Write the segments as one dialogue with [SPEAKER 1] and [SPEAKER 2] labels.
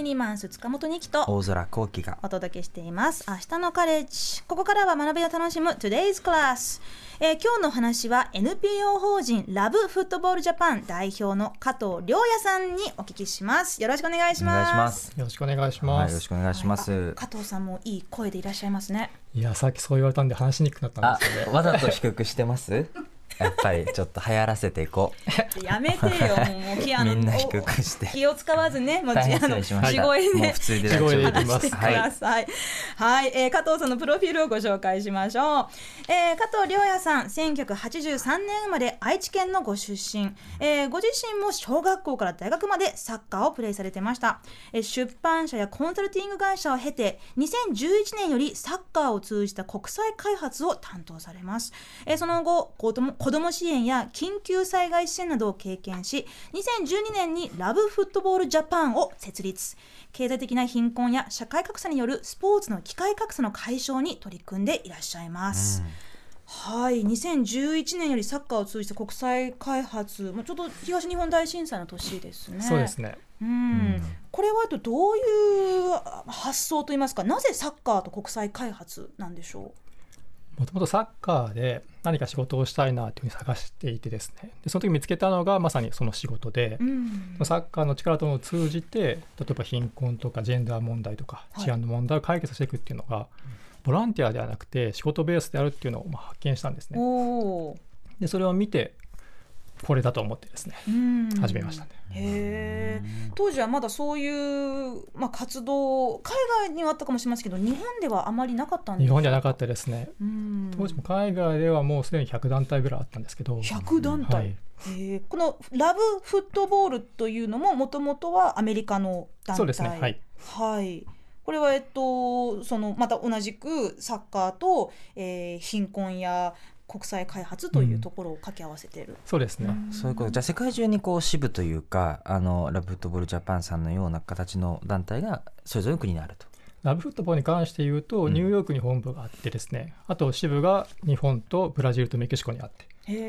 [SPEAKER 1] ミニマンス塚本二希と
[SPEAKER 2] 大空幸輝が
[SPEAKER 1] お届けしています。明日のカレッジ。ここからは学びを楽しむ Today's Class。今日の話は NPO 法人ラブフットボールジャパン代表の加藤亮也さんにお聞きします。よろしくお願いします。
[SPEAKER 3] よろしくお願いします。
[SPEAKER 2] よろしくお願いします。
[SPEAKER 1] 加藤さんもいい声でいらっしゃいますね。
[SPEAKER 3] いや、さっきそう言われたんで話しにくくなったんですよね。
[SPEAKER 2] わざと低くしてますやっぱりちょっと流行らせていこ
[SPEAKER 1] うやめてよもう
[SPEAKER 2] みんな低くして
[SPEAKER 1] 気を使わずね、もう
[SPEAKER 2] 大変失礼しました。
[SPEAKER 1] 地声で
[SPEAKER 2] もう普通で大丈夫です。
[SPEAKER 1] 話してください。はい、加藤さんのプロフィールをご紹介しましょう。加藤亮也さん、1983年生まれ、愛知県のご出身。ご自身も小学校から大学までサッカーをプレーされてました。出版社やコンサルティング会社を経て、2011年よりサッカーを通じた国際開発を担当されます。その後、子ども支援や緊急災害支援などを経験し、2012年にラブフットボールジャパンを設立。経済的な貧困や社会格差によるスポーツの機会格差の解消に取り組んでいらっしゃいます。はい、2011年よりサッカーを通じて国際開発、ちょっと東日本大震災の年ですね。
[SPEAKER 3] そうですね。
[SPEAKER 1] これはどういう発想といいますか、なぜサッカーと国際開発なんでしょう。
[SPEAKER 3] もともとサッカーで何か仕事をしたいなというふうに探していてですね、でその時見つけたのがまさにその仕事で、サッカーの力というのを通じて、例えば貧困とかジェンダー問題とか治安の問題を解決していくっていうのが、ボランティアではなくて仕事ベースであるっていうのを発見したんですね。でそれを見てこれだと思ってですね、始めましたね。
[SPEAKER 1] へー。当時はまだそういう、活動海外にはあったかもしれませんけど、日本ではあまりなかったんですか。
[SPEAKER 3] 日本じゃなかったですね。当時も海外ではもうすでに100団体ぐらいあったんですけど。
[SPEAKER 1] 100団体、このラブフットボールというのももともとはアメリカの団体。
[SPEAKER 3] そうですね。はい、
[SPEAKER 1] はい。これはそのまた同じくサッカーと、貧困や国際開発というところを掛け合わせている、
[SPEAKER 3] そうですね。
[SPEAKER 2] そういうこと。じゃあ世界中にこう支部というか、ラブフットボールジャパンさんのような形の団体がそれぞれの国にあると。
[SPEAKER 3] ラブフットボールに関して言うと、ニューヨークに本部があってですね、あと支部が日本とブラジルとメキシコにあって、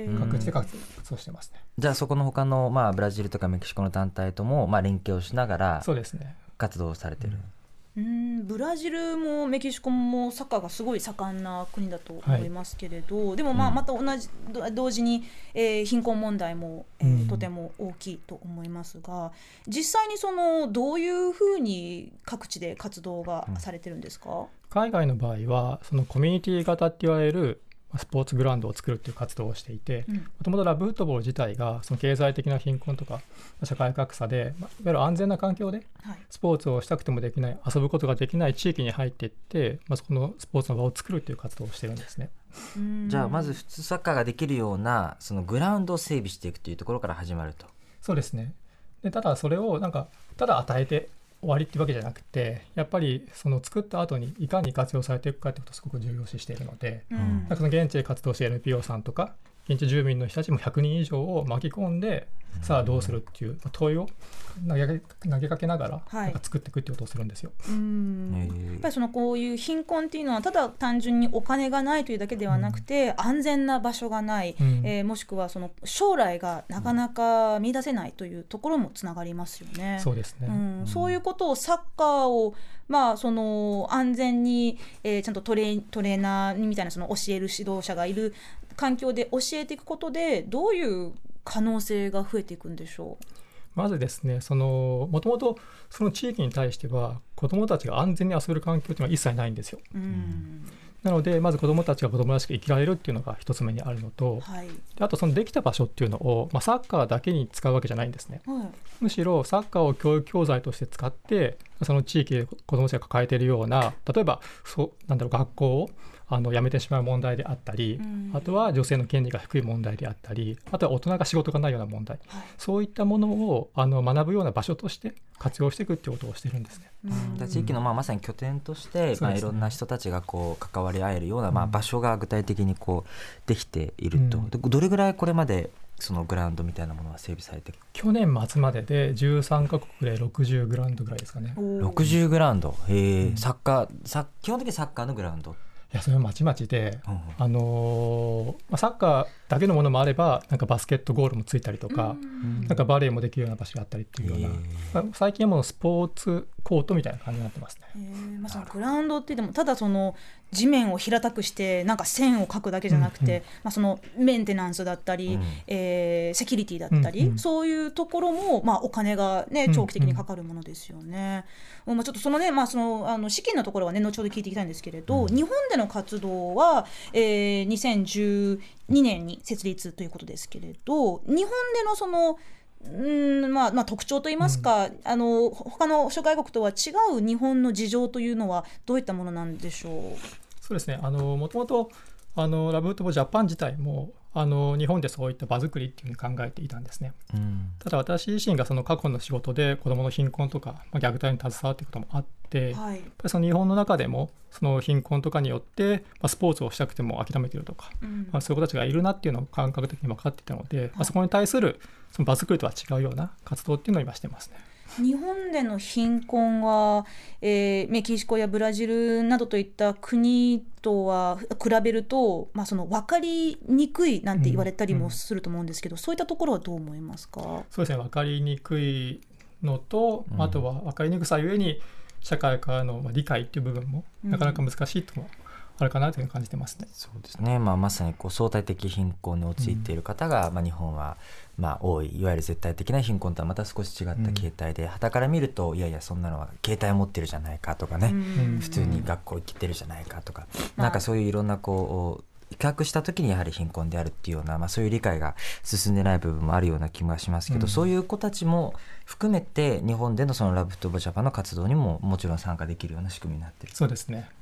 [SPEAKER 3] 各地で活動してますね。
[SPEAKER 2] じゃあそこの他の、ブラジルとかメキシコの団体とも、連携をしながら
[SPEAKER 3] そうですね、
[SPEAKER 2] 活動をされてる。
[SPEAKER 1] ブラジルもメキシコもサッカーがすごい盛んな国だと思いますけれど、でもまた同時に、貧困問題も、とても大きいと思いますが、実際にどういうふうに各地で活動がされてるんですか。
[SPEAKER 3] 海外の場合はそのコミュニティ型って言われるスポーツグラウンドを作るっていう活動をしていて、もともとラブフットボール自体がその経済的な貧困とか社会格差で、いわゆる安全な環境でスポーツをしたくてもできない、遊ぶことができない地域に入っていって、そこのスポーツの場を作るという活動をしてるんですね。
[SPEAKER 2] じゃあまず普通サッカーができるようなそのグラウンドを整備していくというところから始まると。
[SPEAKER 3] そうですね。でただそれをただ与えて終わりっていうわけじゃなくて、やっぱりその作った後にいかに活用されていくかということをすごく重要視しているので、その現地で活動している NPO さんとか現地住民の人たちも100人以上を巻き込んで、さあどうするっていう問いを投げかけながら作っていくっていうことをするんですよ。
[SPEAKER 1] やっぱりこういう貧困っていうのはただ単純にお金がないというだけではなくて、安全な場所がない、もしくは将来がなかなか見出せないというところもつながりますよね。
[SPEAKER 3] そうですね。
[SPEAKER 1] そういうことをサッカーを安全に、ちゃんとトレーナーみたいな教える指導者がいる環境で教えていくことで、どういう可能性が増えていくんでしょう。
[SPEAKER 3] まずですね、もともとその地域に対しては子どもたちが安全に遊べる環境というのは一切ないんですよ。なのでまず子どもたちが子どもらしく生きられるっていうのが一つ目にあるのと、であとそのできた場所っていうのを、サッカーだけに使うわけじゃないんですね。むしろサッカーを教育教材として使って、その地域で子どもたちが抱えているような、例えば学校を辞めてしまう問題であったり、あとは女性の権利が低い問題であったり、あとは大人が仕事がないような問題、そういったものを学ぶような場所として活用していくっていうことをしてるんですね。
[SPEAKER 2] 地域のまさに拠点として、いろんな人たちが関わり合えるような、場所が具体的にできていると。どれぐらいこれまでそのグラウンドみたいなものは整備されてる？
[SPEAKER 3] 去年末までで13カ国で60グラウンドぐらいですかね。
[SPEAKER 2] 60グラウンド。基本的にサッカーのグラウンド。
[SPEAKER 3] いや、それはまちまちで、サッカーだけのものもあれば、バスケットゴールもついたりとか、バレーもできるような場所があったりっていうような、最近はもうスポーツコートみたいな感じになってますね。
[SPEAKER 1] そのグラウンドってでもただその地面を平たくしてなんか線を描くだけじゃなくて、そのメンテナンスだったり、セキュリティだったり、そういうところも、お金が、ね、長期的にかかるものですよね。ちょっとそのね、その資金のところはね後ほど聞いていきたいんですけれど、日本での活動は、2012年に設立ということですけれど、日本でのその特徴といいますか、他の諸外国とは違う日本の事情というのはどういったものなんでしょう。
[SPEAKER 3] そうですね、もともとラブフットボールジャパン自体も日本でそういった場作りっていうふうに考えていたんですね。ただ私自身がその過去の仕事で子どもの貧困とか、虐待に携わっていることもあって、やっぱりその日本の中でもその貧困とかによって、スポーツをしたくても諦めているとか、そういう子たちがいるなっていうのを感覚的に分かっていたので、そこに対するその場作りとは違うような活動っていうのを今してますね。
[SPEAKER 1] 日本での貧困は、メキシコやブラジルなどといった国とは比べると、その分かりにくいなんて言われたりもすると思うんですけど、そういったところはどう思いますか。
[SPEAKER 3] そうですね、分かりにくいのと、あとは分かりにくさゆえに社会からの理解っていう部分もなかなか難しいともあるかなというふうに感じてますね。
[SPEAKER 2] そうですね、まさに相対的貧困に陥っている方が、日本は多い、いわゆる絶対的な貧困とはまた少し違った形態で、傍から見るといやいやそんなのは携帯持ってるじゃないかとかね、普通に学校行ってるじゃないかとか、なんかそういういろんな比較した時にやはり貧困であるっていうような、そういう理解が進んでない部分もあるような気がしますけど、そういう子たちも含めて日本でのそのラブフットボールジャパンの活動にももちろん参加できるような仕組みになっている。
[SPEAKER 3] そうですね、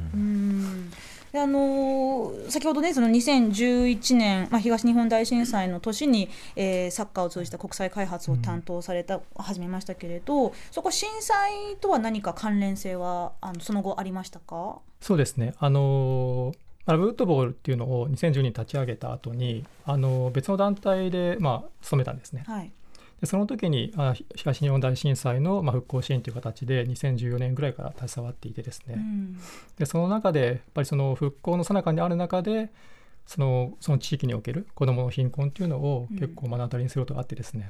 [SPEAKER 1] 先ほどねその2011年、東日本大震災の年に、サッカーを通じた国際開発を担当された、始めましたけれど、そこ震災とは何か関連性はその後ありましたか。
[SPEAKER 3] そうですね、ラブフットボールっていうのを2010年に立ち上げた後に別の団体で、勤めたんですね。でその時に東日本大震災の、復興支援という形で2014年ぐらいから携わっていてですね、でその中でやっぱりその復興の最中にある中でその地域における子どもの貧困というのを結構目の当たりにすることがあってですね、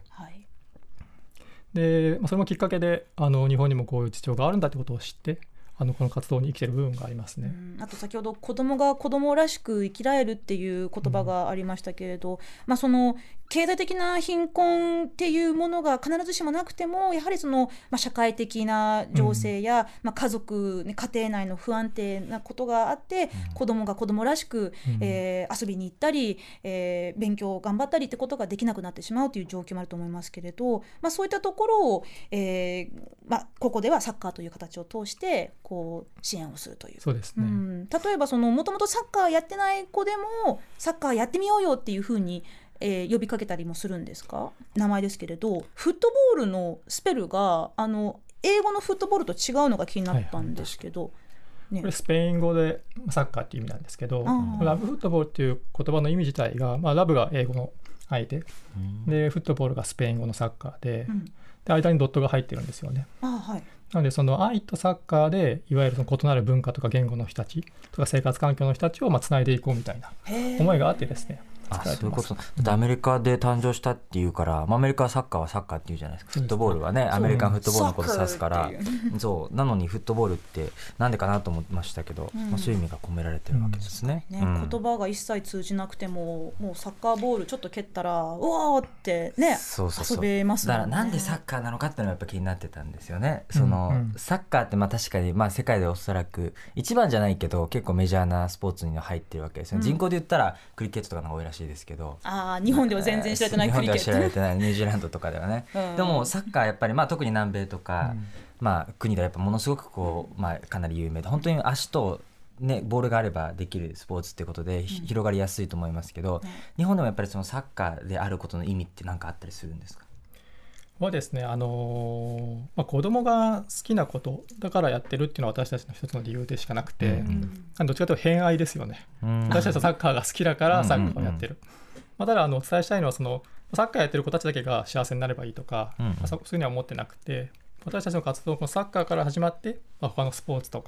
[SPEAKER 3] でそれもきっかけで日本にもこういう事情があるんだということを知ってこの活動に生きている部分がありますね。
[SPEAKER 1] あと先ほど子どもが子どもらしく生きられるっていう言葉がありましたけれど、その経済的な貧困っていうものが必ずしもなくてもやはりその、社会的な情勢や、家族、家庭内の不安定なことがあって、子どもが子どもらしく、遊びに行ったり、勉強を頑張ったりってことができなくなってしまうという状況もあると思いますけれど、そういったところを、ここではサッカーという形を通して支援をするという。
[SPEAKER 3] そうですね、
[SPEAKER 1] 例えばもともとサッカーやってない子でもサッカーやってみようよっていうふうに、呼びかけたりもするんですか。名前ですけれどフットボールのスペルが英語のフットボールと違うのが気になったんですけど、
[SPEAKER 3] これスペイン語でサッカーっていう意味なんですけど、ラブフットボールっていう言葉の意味自体が、ラブが英語の愛で、フットボールがスペイン語のサッカーで、で間にドットが入ってるんですよね。なのでその愛とサッカーでいわゆるその異なる文化とか言語の人たちとか生活環境の人たちをつないでいこうみたいな思いがあってですね。
[SPEAKER 2] そういうことだってアメリカで誕生したっていうから、アメリカはサッカーはサッカーっていうじゃないですか。フットボールはねアメリカンフットボールのこと指すからそうなのにフットボールってなんでかなと思いましたけど、そういう意味が込められてるわけですね。
[SPEAKER 1] 言葉が一切通じなくてももうサッカーボールちょっと蹴ったらうわーってね遊べますもんね。
[SPEAKER 2] だからなんでサッカーなのかっていうのがやっぱ気になってたんですよね。サッカーって確かに世界でおそらく一番じゃないけど結構メジャーなスポーツには入ってるわけですよね。人口で言ったらクリケットとかの方が多いらしいですけど、
[SPEAKER 1] 日本では全然知られてないクリケット、
[SPEAKER 2] 日本では知られてないニュージーランドとかではね、でもサッカーやっぱり特に南米とか、国ではやっぱものすごくかなり有名で、本当に足とボールがあればできるスポーツってことで広がりやすいと思いますけど、日本でもやっぱりそのサッカーであることの意味って何かあったりするんですか。
[SPEAKER 3] はですね、子供が好きなことだからやってるっていうのは私たちの一つの理由でしかなくて、どっちかというと偏愛ですよね。私たちはサッカーが好きだからサッカーをやってる。ただお伝えしたいのはサッカーやってる子たちだけが幸せになればいいとか、そういうのは思ってなくて、私たちの活動このサッカーから始まって、他のスポーツとか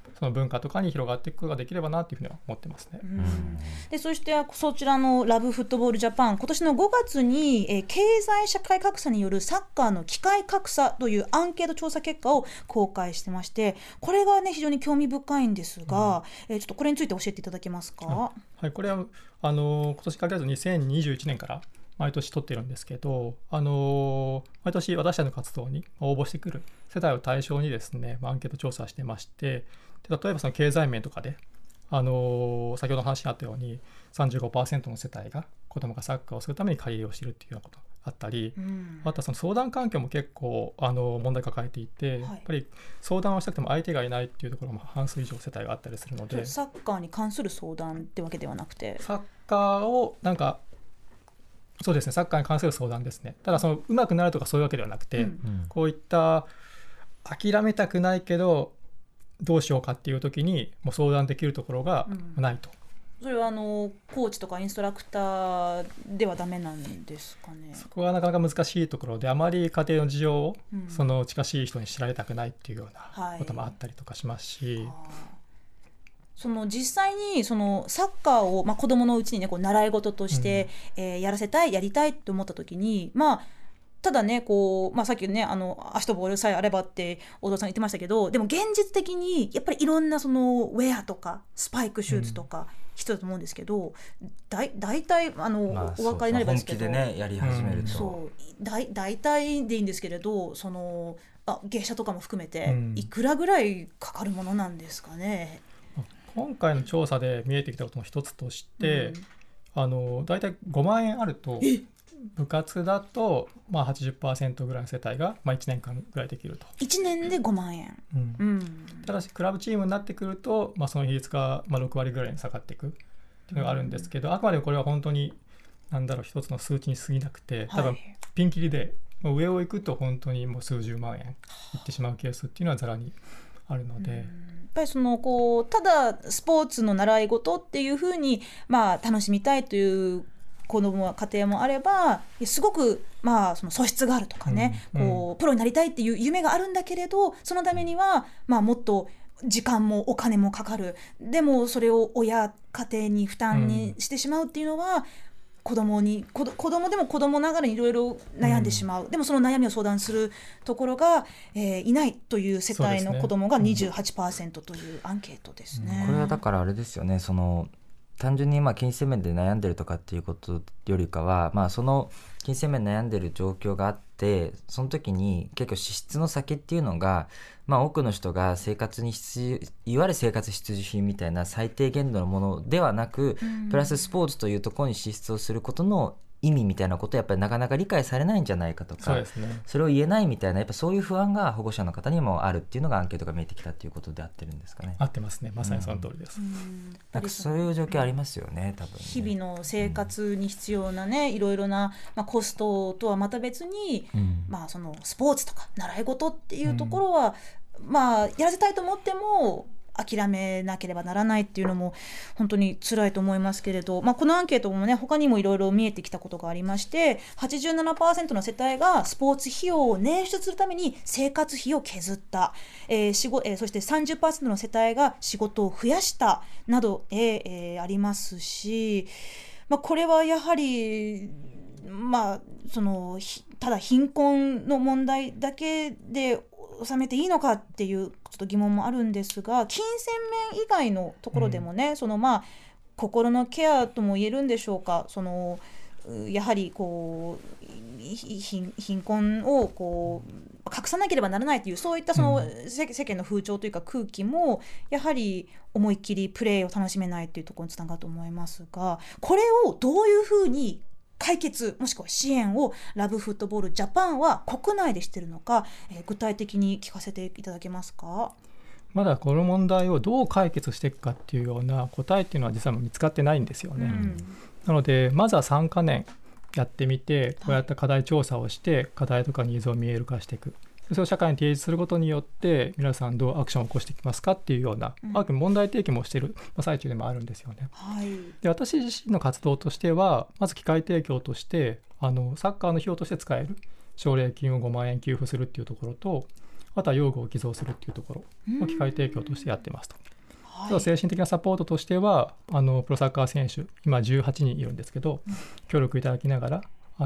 [SPEAKER 3] その文化とかに広がっていくことができればなというふうには思ってますね。
[SPEAKER 1] でそしてそちらのラブフットボールジャパン、今年の5月に、経済社会格差によるサッカーの機会格差というアンケート調査結果を公開してまして、これがね非常に興味深いんですが、ちょっとこれについて教えていただけますか。
[SPEAKER 3] はい、これは今年限らず2021年から毎年取っているんですけど、毎年私たちの活動に応募してくる世代を対象にですね、アンケート調査してまして、で例えばその経済面とかで、先ほどの話にあったように 35% の世帯が子どもがサッカーをするために借り入れをしているっていうようなことがあったり、あとはその相談環境も結構問題抱えていて、やっぱり相談をしたくても相手がいないっていうところも半数以上世帯があったりするので、
[SPEAKER 1] サッカーに関する相談ってわけではなくて、
[SPEAKER 3] サッカーをそうですね、サッカーに関する相談ですね。ただその上手くなるとかそういうわけではなくて、こういった諦めたくないけどどうしようかっていう時にもう相談できるところがないと、
[SPEAKER 1] それはコーチとかインストラクターではダメなんですかね。
[SPEAKER 3] そこはなかなか難しいところで、あまり家庭の事情をその近しい人に知られたくないっていうようなこともあったりとかしますし、
[SPEAKER 1] その実際にそのサッカーを、子どものうちに、ね、こう習い事として、やらせたいやりたいと思った時に、ただねさっきね足とボールさえあればって大藤さん言ってましたけど、でも現実的にやっぱりいろんなそのウェアとかスパイクシューズとか必要だと思うんですけど、大体お分かりになればですけど、
[SPEAKER 2] 本気でねやり始めると、
[SPEAKER 1] そう大体でいいんですけれど、その芸者とかも含めていくらぐらいかかるものなんですかね。
[SPEAKER 3] 今回の調査で見えてきたことの一つとして、大体5万円あると部活だと80% ぐらいの世帯が1年間ぐらいできると。
[SPEAKER 1] 1年で5万円、
[SPEAKER 3] ただしクラブチームになってくると、その比率が6割ぐらいに下がっていくっていうのがあるんですけど、あくまでこれは本当に一つの数値に過ぎなくて、多分ピンキリで上を行くと本当にもう数十万円いってしまうケースっていうのはざらにあるので、
[SPEAKER 1] やっぱりそのただスポーツの習い事っていうふうに楽しみたいという子ども家庭もあれば、すごくその素質があるとかね、プロになりたいっていう夢があるんだけれど、そのためにはもっと時間もお金もかかる、でもそれを家庭に負担にしてしまうっていうのは、子供でも子供ながらにいろいろ悩んでしまう、でもその悩みを相談するところが、いないという世帯の子供が 28% というアンケートですね。
[SPEAKER 2] これはだからあれですよね、その単純に金銭面で悩んでるとかっていうことよりかは、その金銭面悩んでる状況があって、その時に結構支出の先っていうのが、多くの人が生活にいわゆる生活必需品みたいな最低限度のものではなく、プラススポーツというところに支出をすることの意味みたいなことやっぱりなかなか理解されないんじゃないかとか、 それを言えないみたいな、やっぱそういう不安が保護者の方にもあるっていうのがアンケートが見えてきたっていうことで合ってるんですかね。
[SPEAKER 3] 合ってますね、まさにその通りです。
[SPEAKER 2] なんかそういう状況ありますよね、多分ね。
[SPEAKER 1] 日々の生活に必要なね、いろいろな、コストとはまた別に、そのスポーツとか習い事っていうところは、やらせたいと思っても諦めなければならないっていうのも本当に辛いと思いますけれど、このアンケートもね、他にもいろいろ見えてきたことがありまして、87% の世帯がスポーツ費用を捻出するために生活費を削った、そして 30% の世帯が仕事を増やしたなど、ありますし、これはやはりただ貧困の問題だけで収めていいのかっていうちょっと疑問もあるんですが、金銭面以外のところでもね、心のケアとも言えるんでしょうか、やはり貧困を隠さなければならないという、そういった世間の風潮というか空気もやはり思いっきりプレーを楽しめないというところにつながると思いますが、これをどういうふうに解決もしくは支援をラブフットボールジャパンは国内でしているのか、具体的に聞かせていただけますか。
[SPEAKER 3] まだこの問題をどう解決していくかっていうような答えっていうのは実は見つかってないんですよね。なのでまずは3カ年やってみて、こうやった課題調査をして課題とかニーズを見える化していく、それを社会に提示することによって皆さんどうアクションを起こしていきますかっていうような、問題提起もしている最中でもあるんですよね。で、私自身の活動としては、まず機会提供としてサッカーの費用として使える奨励金を5万円給付するっていうところと、 あとは用具を寄贈するっていうところを機会提供としてやってますと。
[SPEAKER 1] はい、
[SPEAKER 3] 精神的なサポートとしてはプロサッカー選手今18人いるんですけど、協力いただきながら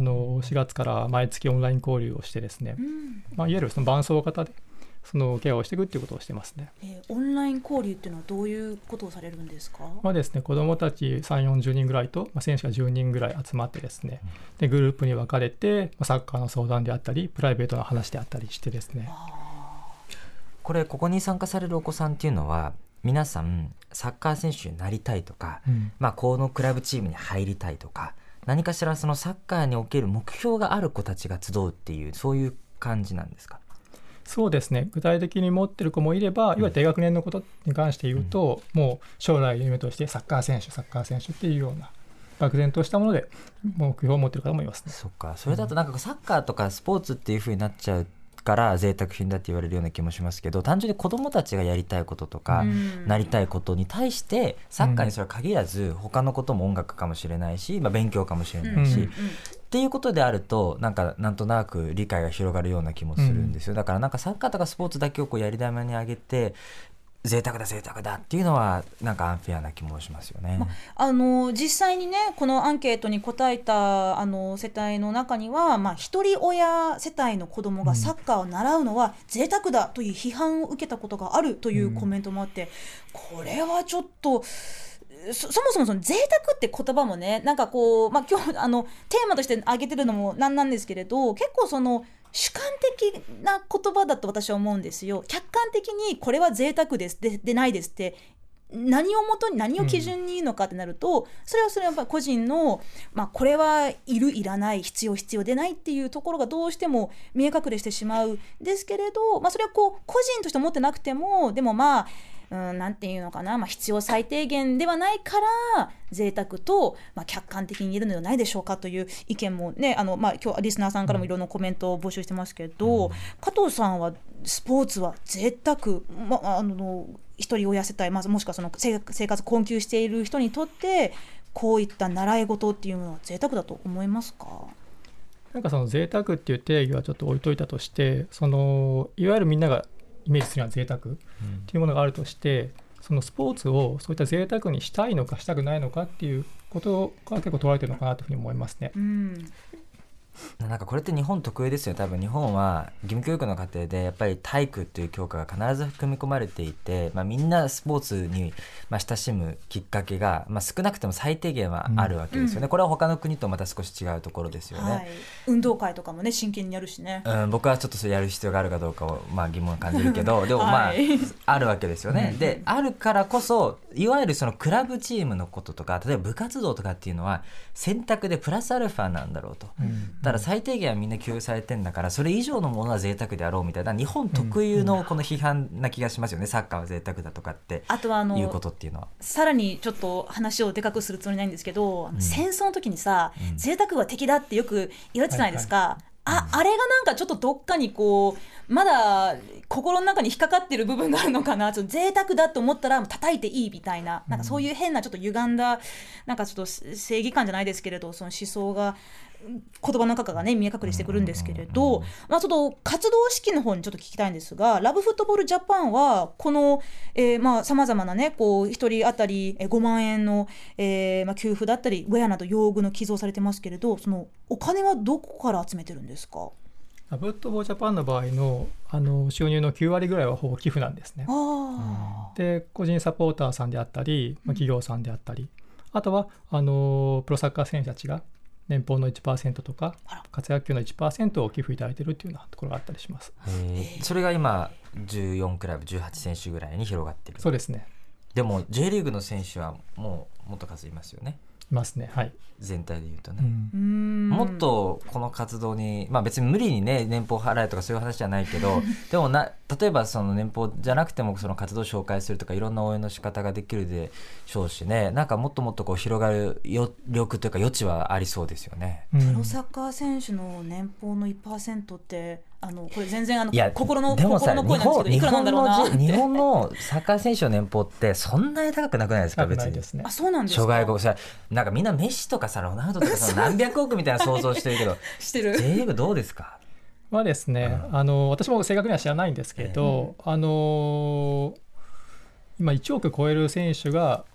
[SPEAKER 3] 4月から毎月オンライン交流をしてですね、いわゆるその伴走型でそのケアをしていくっていうことをしてますね。
[SPEAKER 1] オンライン交流っていうのはどういうことをされるんですか？
[SPEAKER 3] ですね、子どもたち3、40人ぐらいと、選手が10人ぐらい集まってですね、でグループに分かれてサッカーの相談であったりプライベートな話であったりしてですね。
[SPEAKER 2] ここに参加されるお子さんっていうのは皆さんサッカー選手になりたいとか、このクラブチームに入りたいとか、何かしらそのサッカーにおける目標がある子たちが集うっていう、そういう感じなんですか？
[SPEAKER 3] そうですね、具体的に持ってる子もいれば、いわゆる低学年のことに関して言うと、もう将来の夢としてサッカー選手っていうような漠然としたもので目標を持っている方もいますね。
[SPEAKER 2] そっか、それだとなんかサッカーとかスポーツっていう風になっちゃうから贅沢品だって言われるような気もしますけど、単純に子どもたちがやりたいこととか、なりたいことに対してサッカーにそれは限らず、他のことも音楽かもしれないし、勉強かもしれないし、っていうことであるとなんとなく理解が広がるような気もするんですよ。だからなんかサッカーとかスポーツだけをやり玉に上げて贅沢だっていうのはなんかアンフェアな気もしますよね。
[SPEAKER 1] 実際にねこのアンケートに答えた世帯の中には、一人親世帯の子どもがサッカーを習うのは贅沢だという批判を受けたことがあるというコメントもあって、これはちょっとそもそもその贅沢って言葉もね、なんかこう、今日テーマとして挙げてるのもなんですけれど、結構その主観的な言葉だと私は思うんですよ。客観的にこれは贅沢です でないですって何を基準に言うのかってなると、それはやっぱ個人の、これはいるいらない必要でないっていうところがどうしても見え隠れしてしまうんですけれど、それは個人として持ってなくても、でもなんていうのかな、必要最低限ではないから贅沢と、客観的に言えるのではないでしょうかという意見もね、今日リスナーさんからもいろんなコメントを募集してますけど、加藤さんはスポーツは贅沢、一人親世帯、もしくはその生活困窮している人にとってこういった習い事っていうのは贅沢だと思いますか？
[SPEAKER 3] なんかその贅沢っていう定義はちょっと置いといたとして、いわゆるみんながイメージするような贅沢っていうものがあるとして、そのスポーツをそういった贅沢にしたいのかしたくないのかっていうことが結構問われてるのかなというふうに思いますね。
[SPEAKER 2] なんかこれって日本特有ですよ。多分日本は義務教育の過程でやっぱり体育という教科が必ず組み込まれていて、みんなスポーツに親しむきっかけが、少なくても最低限はあるわけですよね。これは他の国とまた少し違うところですよね。
[SPEAKER 1] 運動会とかもね真剣にやるしね。
[SPEAKER 2] 僕はちょっとそれやる必要があるかどうかを疑問を感じるけどでもあるわけですよね。であるからこそいわゆるそのクラブチームのこととか例えば部活動とかっていうのは選択でプラスアルファなんだろうと。ただ最低限はみんな給付されてんだからそれ以上のものは贅沢であろうみたいな日本特有のこの批判な気がしますよね。サッカーは贅沢だとかって
[SPEAKER 1] あとは
[SPEAKER 2] いうことっていうのは
[SPEAKER 1] さらにちょっと話をでかくするつもりないんですけど、戦争の時にさ、贅沢は敵だってよく言われてたじゃないですか。あれがなんかちょっとどっかにこうまだ心の中に引っかかってる部分があるのかな。ちょっと贅沢だと思ったら叩いていいみたいな、なんかそういう変なちょっと歪んだなんかちょっと正義感じゃないですけれど、その思想が言葉の中がね見え隠れしてくるんですけれど、ちょっと活動式の方にちょっと聞きたいんですが、ラブフットボールジャパンはこのさまざまなねこう1人当たり5万円の、給付だったりウェアなど用具の寄贈されてますけれど、そのお金はどこから集めてるんですか？
[SPEAKER 3] ラブフットボールジャパンの場合の、収入の9割ぐらいはほぼ寄付なんですね。で個人サポーターさんであったり、企業さんであったり、あとはプロサッカー選手たちが年俸の 1% とか活躍給の 1% を寄付いただいているというようなところがあったりします。
[SPEAKER 2] それが今14クラブ18選手ぐらいに広がっている。
[SPEAKER 3] そうですね。
[SPEAKER 2] でも J リーグの選手はもっと数いますよね。
[SPEAKER 3] いますね、はい、
[SPEAKER 2] 全体でいうとね、もっとこの活動に、別に無理にね年俸払えとかそういう話じゃないけどでも例えばその年俸じゃなくてもその活動を紹介するとかいろんな応援の仕方ができるでしょうしね、なんかもっともっとこう広がる余力というか余地はありそうですよね。
[SPEAKER 1] プロサッカー選手の年俸の 1% ってこれ全然心の声なんですけどいくらなんだろうなって。
[SPEAKER 2] 日本のサッカー選手の年俸ってそんなに高くなくないですか？別に
[SPEAKER 3] ですね。
[SPEAKER 1] そうなんですか。
[SPEAKER 2] 諸外国さなんかみんなメッシとかさロナウドとか何百億みたいな想像してるけど
[SPEAKER 1] してる。
[SPEAKER 2] J リーグどうですか？
[SPEAKER 3] はですね、私も正確には知らないんですけど、今1億超える選手が、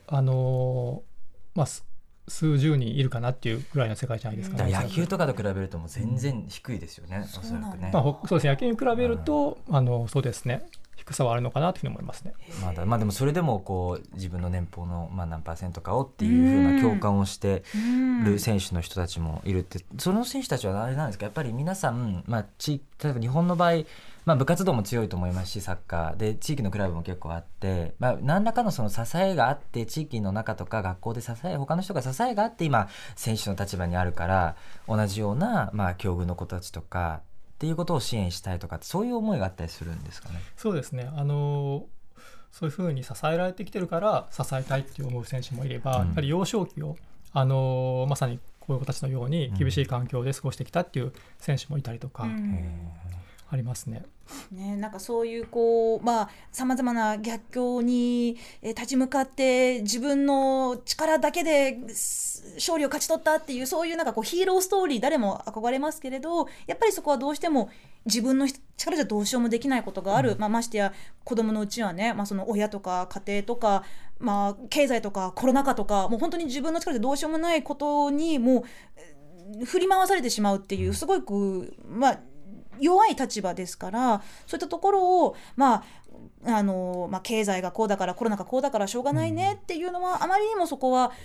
[SPEAKER 3] 数十人いるかなっていうぐらいの世界じゃないですかね。
[SPEAKER 2] 野球とかと比べるともう全然低いですよね、おそらくね。
[SPEAKER 3] そうですね、野球に比べると、そうですね、低さはあるのかなというふうに思いますね。
[SPEAKER 2] でもそれでもこう自分の年俸の何%かをっていう風な共感をしてる選手の人たちもいるって、その選手たちはあれなんですか、やっぱり皆さん、例えば日本の場合、部活動も強いと思いますし、サッカーで地域のクラブも結構あって、何らかのその支えがあって、地域の中とか学校で他の人が支えがあって今選手の立場にあるから、同じような境遇の子たちとかっていうことを支援したいとか、そういう思いがあったりするんですかね。
[SPEAKER 3] そうですね、そういうふうに支えられてきてるから支えたいって思う選手もいれば、やはり幼少期をまさにこういう子たちのように厳しい環境で過ごしてきたっていう選手もいたりとか、ありますね。
[SPEAKER 1] なんかそういうさまざまな逆境に立ち向かって自分の力だけで勝利を勝ち取ったっていう、そういうなんかヒーローストーリー、誰も憧れますけれど、やっぱりそこはどうしても自分の力じゃどうしようもできないことがある、ましてや子供のうちはね、その親とか家庭とか、経済とかコロナ禍とか、もう本当に自分の力でどうしようもないことにもう振り回されてしまうっていう、すごく弱い立場ですから、そういったところを経済がこうだからコロナがこうだからしょうがないねっていうのは、あまりにもそこは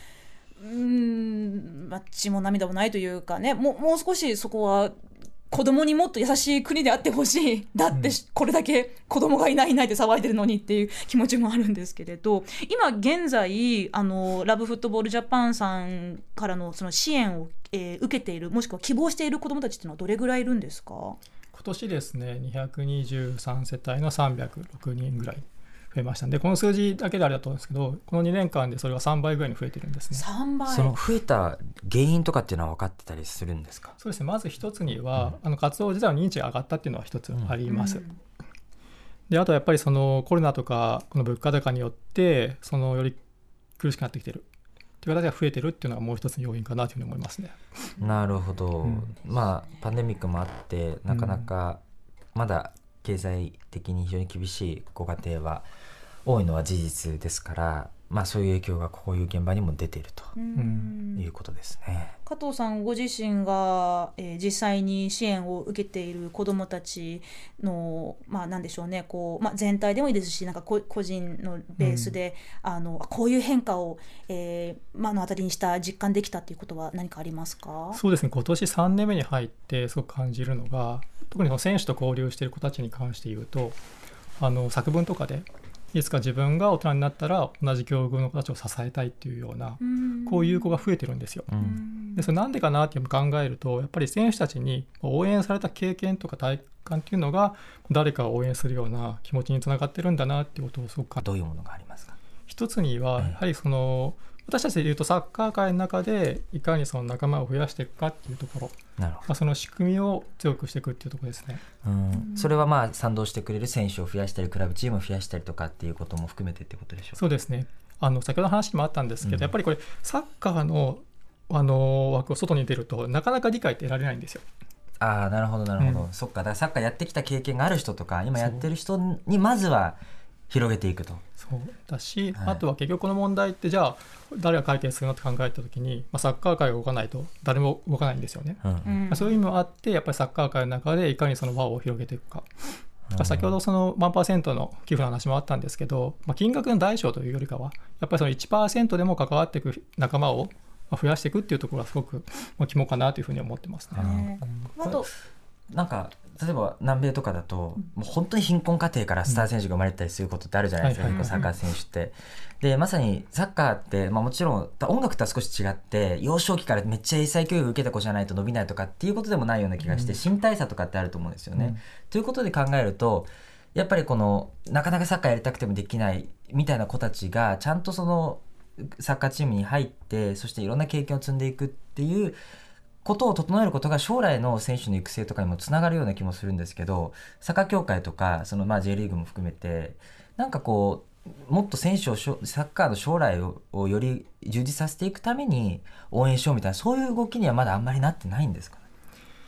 [SPEAKER 1] 血も涙もないというかね、もう少しそこは子供にもっと優しい国であってほしい。だってこれだけ子供がいないって騒いでるのにっていう気持ちもあるんですけれど、今現在ラブフットボールジャパンさんからのその支援を、受けている、もしくは希望している子どもたちっていうのはどれぐらいいるんですか？
[SPEAKER 3] 今年ですね、223世帯の306人ぐらい増えましたので、この数字だけであれだと思うんですけど、この2年間でそれが3倍ぐらいに増えてるんですね。
[SPEAKER 1] 3倍。
[SPEAKER 2] その増えた原因とかっていうのは分かってたりするんですか？
[SPEAKER 3] そうですね、まず一つには、活動自体の認知が上がったっていうのは一つあります。で、あとはやっぱりそのコロナとかこの物価高によってより苦しくなってきてるという形が増えてるっていうのがもう一つの要因かなというふうに思いますね。
[SPEAKER 2] なるほど、パンデミックもあってなかなかまだ経済的に非常に厳しいご家庭は多いのは事実ですから、そういう影響がこういう現場にも出ているということですね。
[SPEAKER 1] 加藤さんご自身が、実際に支援を受けている子どもたちの、なんでしょうね、全体でもいいですし、なんか個人のベースで、こういう変化を、目の当たりにした実感できたということは何かありますか？
[SPEAKER 3] そうですね、今年3年目に入ってすごく感じるのが、特にその選手と交流している子たちに関して言うと、作文とかでいつか自分が大人になったら同じ境遇の子たちを支えたいっていうような、こういう子が増えてるんですよ。でそれなんでかなって考えると、やっぱり選手たちに応援された経験とか体感っていうのが誰かを応援するような気持ちにつながってるんだなっていうことをすごく
[SPEAKER 2] どういうものがありますか？
[SPEAKER 3] 一つにはやはり私たちでいうとサッカー界の中でいかにその仲間を増やしていくかっていうところ、その仕組みを強くしていくっていうところですね。
[SPEAKER 2] それは賛同してくれる選手を増やしたりクラブチームを増やしたりとかっていうことも含めてってことでしょうか？そう
[SPEAKER 3] ですね、先ほどの話にもあったんですけど、やっぱりこれサッカーの、枠を外に出るとなかなか理解って得られないんですよ。
[SPEAKER 2] なるほどなるほど、そっか、だからサッカーやってきた経験がある人とか今やってる人にまずは広げていくと。
[SPEAKER 3] そうだし、あとは結局この問題ってじゃあ誰が解決するのって考えた時に、サッカー界が動かないと誰も動かないんですよね。そういう意味もあって、やっぱりサッカー界の中でいかにその輪を広げていくか。先ほどその 1% の寄付の話もあったんですけど、金額の大小というよりかはやっぱりその 1% でも関わっていく仲間を増やしていくっていうところがすごく肝かなというふうに思ってますね。
[SPEAKER 1] あと
[SPEAKER 2] なんか例えば南米とかだと、もう本当に貧困家庭からスター選手が生まれたりすることってあるじゃないですか、サッカー選手って。でまさにサッカーって、もちろん音楽とは少し違って幼少期からめっちゃ英才教育を受けた子じゃないと伸びないとかっていうことでもないような気がして、身体差とかってあると思うんですよね。ということで考えると、やっぱりなかなかサッカーやりたくてもできないみたいな子たちがちゃんとそのサッカーチームに入って、そしていろんな経験を積んでいくっていうことを整えることが将来の選手の育成とかにもつながるような気もするんですけど、サッカー協会とかJ リーグも含めて、なんかもっと選手をサッカーの将来をより充実させていくために応援しようみたいな、そういう動きにはまだあんまりなってないんですかね。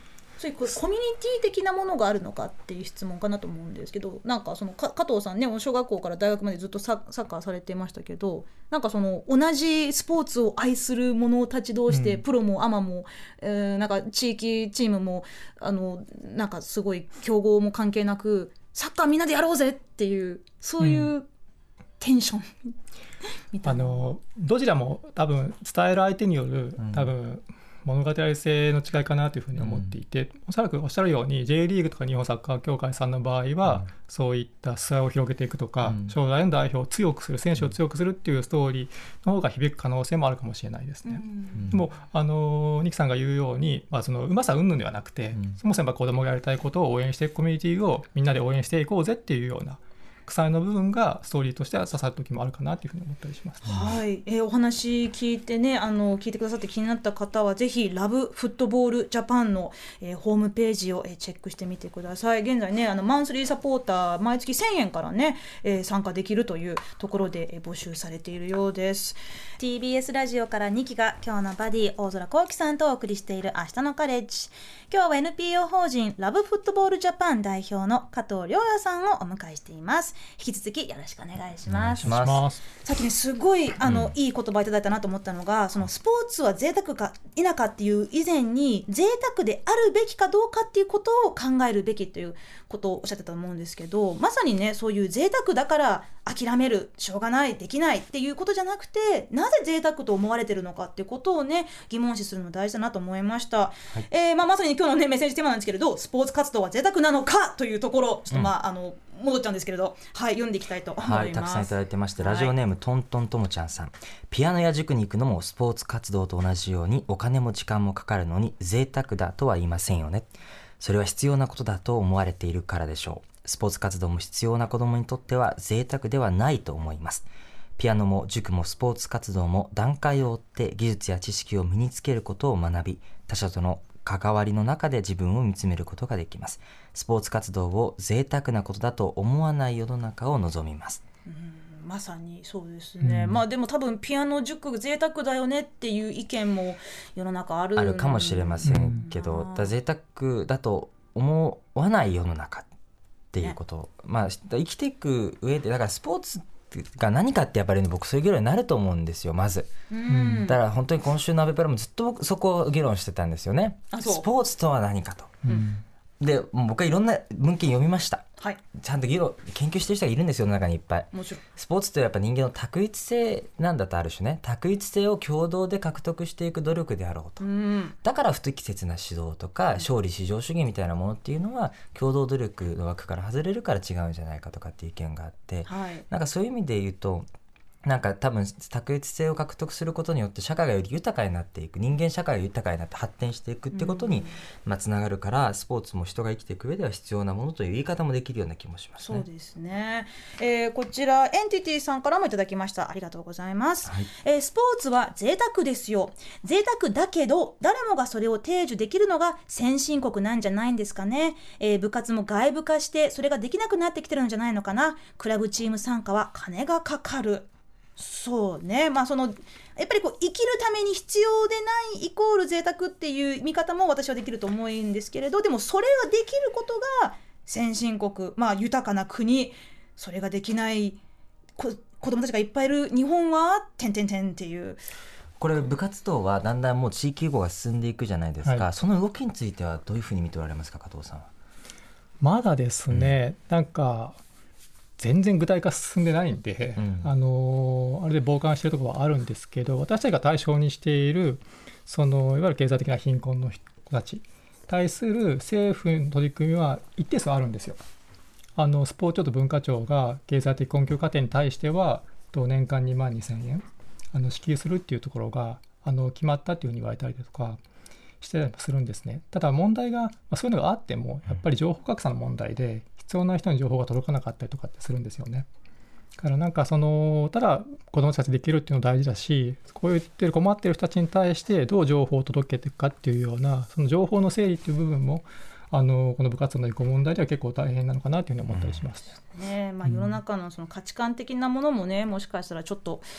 [SPEAKER 1] そういうコミュニティ的なものがあるのかっていう質問かなと思うんですけど、なんかその加藤さんね、小学校から大学までずっとサッカーされてましたけど、なんかその同じスポーツを愛する者たち同士で、プロもアマも、なんか地域チームもなんかすごい競合も関係なくサッカーみんなでやろうぜっていうそういうテンション、みたいな。
[SPEAKER 3] どちらも多分伝える相手による多分物語性の違いかなというふうに思っていて、おそらくおっしゃるように J リーグとか日本サッカー協会さんの場合は、そういった裾野を広げていくとか、将来の代表を強くする、選手を強くするっていうストーリーの方が響く可能性もあるかもしれないですね。でもニキさんが言うように、そのうまさ云々ではなくて、そもそも子どもがやりたいことを応援していくコミュニティをみんなで応援していこうぜっていうような草の部分がストーリーとしては刺さる時もあるかなというふうに思ったりします。
[SPEAKER 1] はい、お話聞いてね、聞いてくださって気になった方はぜひラブフットボールジャパンの、ホームページを、チェックしてみてください。現在ねマンスリーサポーター毎月1000円からね、参加できるというところで、募集されているようです。 TBS ラジオから2期が今日のバディ大空幸輝さんとお送りしている明日のカレッジ。今日は NPO 法人ラブフットボールジャパン代表の加藤亮也さんをお迎えしています。引き続きよろしくお願いします。さっきねすごいいい言葉いただいたなと思ったのが、そのスポーツは贅沢か否かっていう以前に贅沢であるべきかどうかっていうことを考えるべきということをおっしゃってたと思うんですけど、まさにねそういう贅沢だから諦める、しょうがない、できないっていうことじゃなくて、なぜ贅沢と思われてるのかっていうことをね疑問視するの大事だなと思いました。まさに今日のねメッセージテーマなんですけれど、スポーツ活動は贅沢なのかというところ、ちょっと戻っちゃうんですけれど、はい、読んでいきたいと思います。
[SPEAKER 2] たくさんいただいてまして、ラジオネーム、トントンともちゃんさん。ピアノや塾に行くのもスポーツ活動と同じようにお金も時間もかかるのに贅沢だとは言いませんよね。それは必要なことだと思われているからでしょう。スポーツ活動も必要な子どもにとっては贅沢ではないと思います。ピアノも塾もスポーツ活動も段階を追って技術や知識を身につけることを学び、他者との関わりの中で自分を見つめることができます。スポーツ活動を贅沢なことだと思わない世の中を望みます。
[SPEAKER 1] まさにそうですね。でも多分ピアノ塾贅沢だよねっていう意見も世の中ある
[SPEAKER 2] かもしれませんけど、贅沢だと思わない世の中っていうこと、生きていく上でだからスポーツが何かってやっぱり、僕そういう議論になると思うんですよまず。だから本当に今週のアベパラもずっとそこを議論してたんですよね。スポーツとは何かと。で僕はいろんな文献読みました。ちゃんと研究してる人がいるんですよ世の中にいっぱい。
[SPEAKER 1] もちろん
[SPEAKER 2] スポーツってやっぱ人間の択一性なんだと、ある種ね、択一性を共同で獲得していく努力であろうと。だから不適切な指導とか勝利至上主義みたいなものっていうのは共同努力の枠から外れるから違うんじゃないかとかっていう意見があって、なんかそういう意味で言うと、なんか多分択一性を獲得することによって社会がより豊かになっていく、人間社会が豊かになって発展していくってことにつながるから、スポーツも人が生きていく上では必要なものという言い方もできるような気もしますね。
[SPEAKER 1] そうですね。こちらエンティティさんからもいただきました。ありがとうございます。スポーツは贅沢ですよ。贅沢だけど誰もがそれを定受できるのが先進国なんじゃないんですかね。部活も外部化してそれができなくなってきてるんじゃないのかな。クラブチーム参加は金がかかる。そうね、やっぱり生きるために必要でないイコール贅沢っていう見方も私はできると思うんですけれど、でもそれができることが先進国、豊かな国、それができない子供たちがいっぱいいる日本はっていう。
[SPEAKER 2] これ部活動はだんだんもう地域融合が進んでいくじゃないですか、その動きについてはどういうふうに見ておられますか、加藤さんは。
[SPEAKER 3] まだですね、なんか全然具体化進んでないんで、あれで傍観しているところはあるんですけど、私たちが対象にしているいわゆる経済的な貧困の人たちに対する政府の取り組みは一定数あるんですよ。スポーツ庁と文化庁が経済的困窮家庭に対しては年間2万2000円支給するっていうところが決まったっていうふうに言われたりとかしてたりするんですね。ただ問題が、そういうのがあってもやっぱり情報格差の問題で必要な人に情報が届かなかったりとかってするんですよね。だからなんかただ子どもたちできるっていうの大事だし、こう言ってる困ってる人たちに対してどう情報を届けていくかっていうようなその情報の整理っていう部分もこの部活の移行問題では結構大変なのかなというふうに思ったりします、
[SPEAKER 1] 世の中のその価値観的なものもね、もしかしたらちょっと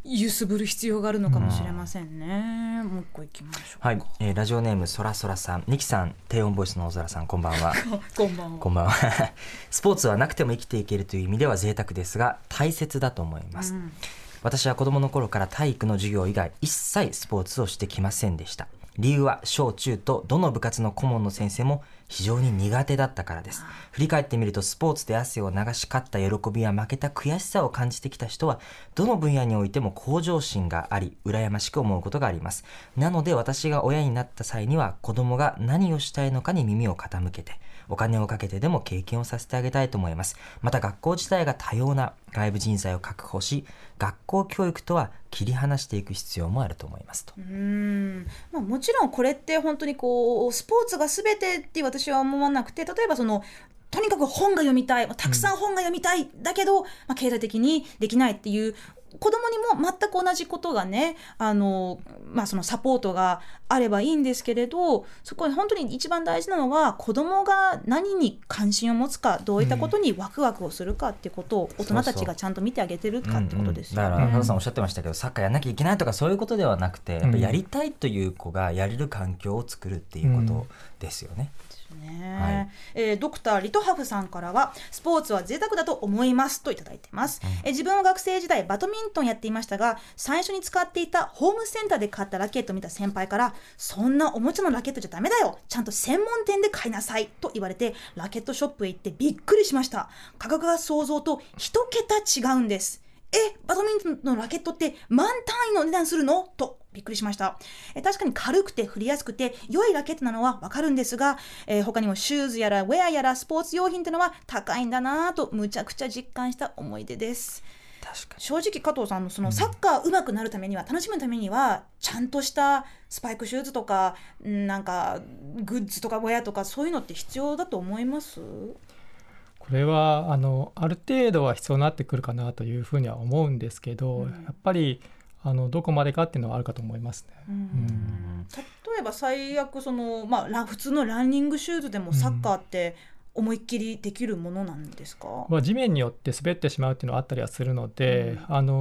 [SPEAKER 1] 揺すぶる必要があるのかもしれませんね。もう一個いきましょうか。
[SPEAKER 2] はい、ラジオネームそらそらさん、ニキさん、低音ボイスの大空さん、こんばんは。
[SPEAKER 1] こんばんは。
[SPEAKER 2] こんばんは。スポーツはなくても生きていけるという意味では贅沢ですが大切だと思います、私は子供の頃から体育の授業以外一切スポーツをしてきませんでした。理由は小中とどの部活の顧問の先生も非常に苦手だったからです。振り返ってみるとスポーツで汗を流し勝った喜びや負けた悔しさを感じてきた人はどの分野においても向上心があり羨ましく思うことがあります。なので私が親になった際には子供が何をしたいのかに耳を傾けてお金をかけてでも経験をさせてあげたいと思います。また学校自体が多様な外部人材を確保し学校教育とは切り離していく必要もあると思いますと。
[SPEAKER 1] もちろんこれって本当にスポーツが全てって私は思わなくて、例えばとにかく本が読みたい、たくさん本が読みたい、だけど、経済的にできないっていう子供にも全く同じことがね、そのサポートがあればいいんですけれど、そこで本当に一番大事なのは子供が何に関心を持つか、どういったことにワクワクをするかっていうことを大人たちがちゃんと見てあげてるかってことですよね。
[SPEAKER 2] だから加藤さんおっしゃってましたけど、サッカーやらなきゃいけないとかそういうことではなくて、やっぱやりたいという子がやれる環境を作るっていうことですよね。
[SPEAKER 1] ドクターリトハフさんからはスポーツは贅沢だと思いますといただいてます、自分は学生時代バドミントンやっていましたが、最初に使っていたホームセンターで買ったラケットを見た先輩から、そんなおもちゃのラケットじゃダメだよ、ちゃんと専門店で買いなさいと言われてラケットショップへ行ってびっくりしました。価格が想像と一桁違うんです。バドミントンのラケットって万単位の値段するのとびっくりしました。確かに軽くて振りやすくて良いラケットなのはわかるんですが、他にもシューズやらウェアやらスポーツ用品ってのは高いんだなぁとむちゃくちゃ実感した思い出です。
[SPEAKER 2] 確かに
[SPEAKER 1] 正直加藤さんのそのサッカー上手くなるためには、楽しむためにはちゃんとしたスパイクシューズとかなんかグッズとかウェアとかそういうのって必要だと思います？
[SPEAKER 3] これはある程度は必要になってくるかなというふうには思うんですけど、やっぱりどこまでかっていうのはあるかと思いますね。
[SPEAKER 1] 例えば最悪普通のランニングシューズでもサッカーって思いっきりできるものなんですか？
[SPEAKER 3] 地面によって滑ってしまうっていうのはあったりはするので、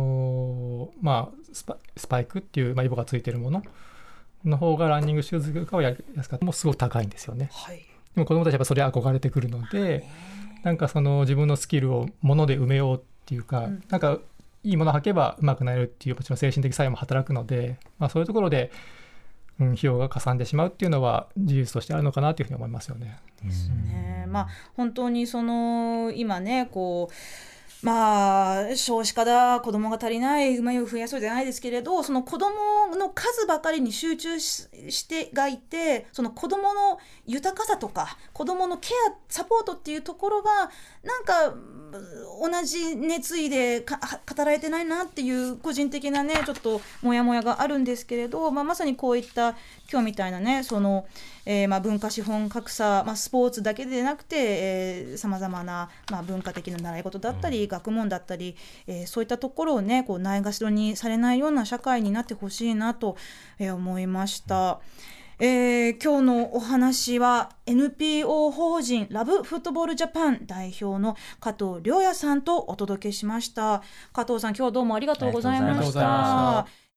[SPEAKER 3] スパイクっていう、イボがついているものの方がランニングシューズがやりやすかったもすごく高いんですよね。でも子どもたちはやっぱそれ憧れてくるので、なんか自分のスキルを物で埋めようっていうか、なんかいいものを履けば上手くなれるっていうもちろん精神的作用も働くので、そういうところで、費用がかさんでしまうっていうのは事実としてあるのかなというふうに思いますよね。
[SPEAKER 1] ですね。本当に今ね少子化だ、子供が足りない、馬を増やそうじゃないですけれど、その子供の数ばかりに集中してがいて、その子供の豊かさとか子供のケアサポートっていうところがなんか同じ熱意で語られてないなっていう個人的なねちょっとモヤモヤがあるんですけれど、まさにこういった今日みたいなね文化資本格差、スポーツだけでなくてさまざまな、文化的な習い事だったり、学問だったり、そういったところをねないがしろにされないような社会になってほしいなと、思いました。今日のお話は NPO 法人ラブフットボールジャパン代表の加藤亮也さんとお届けしました。加藤さん、今日はどうもありがとうございました。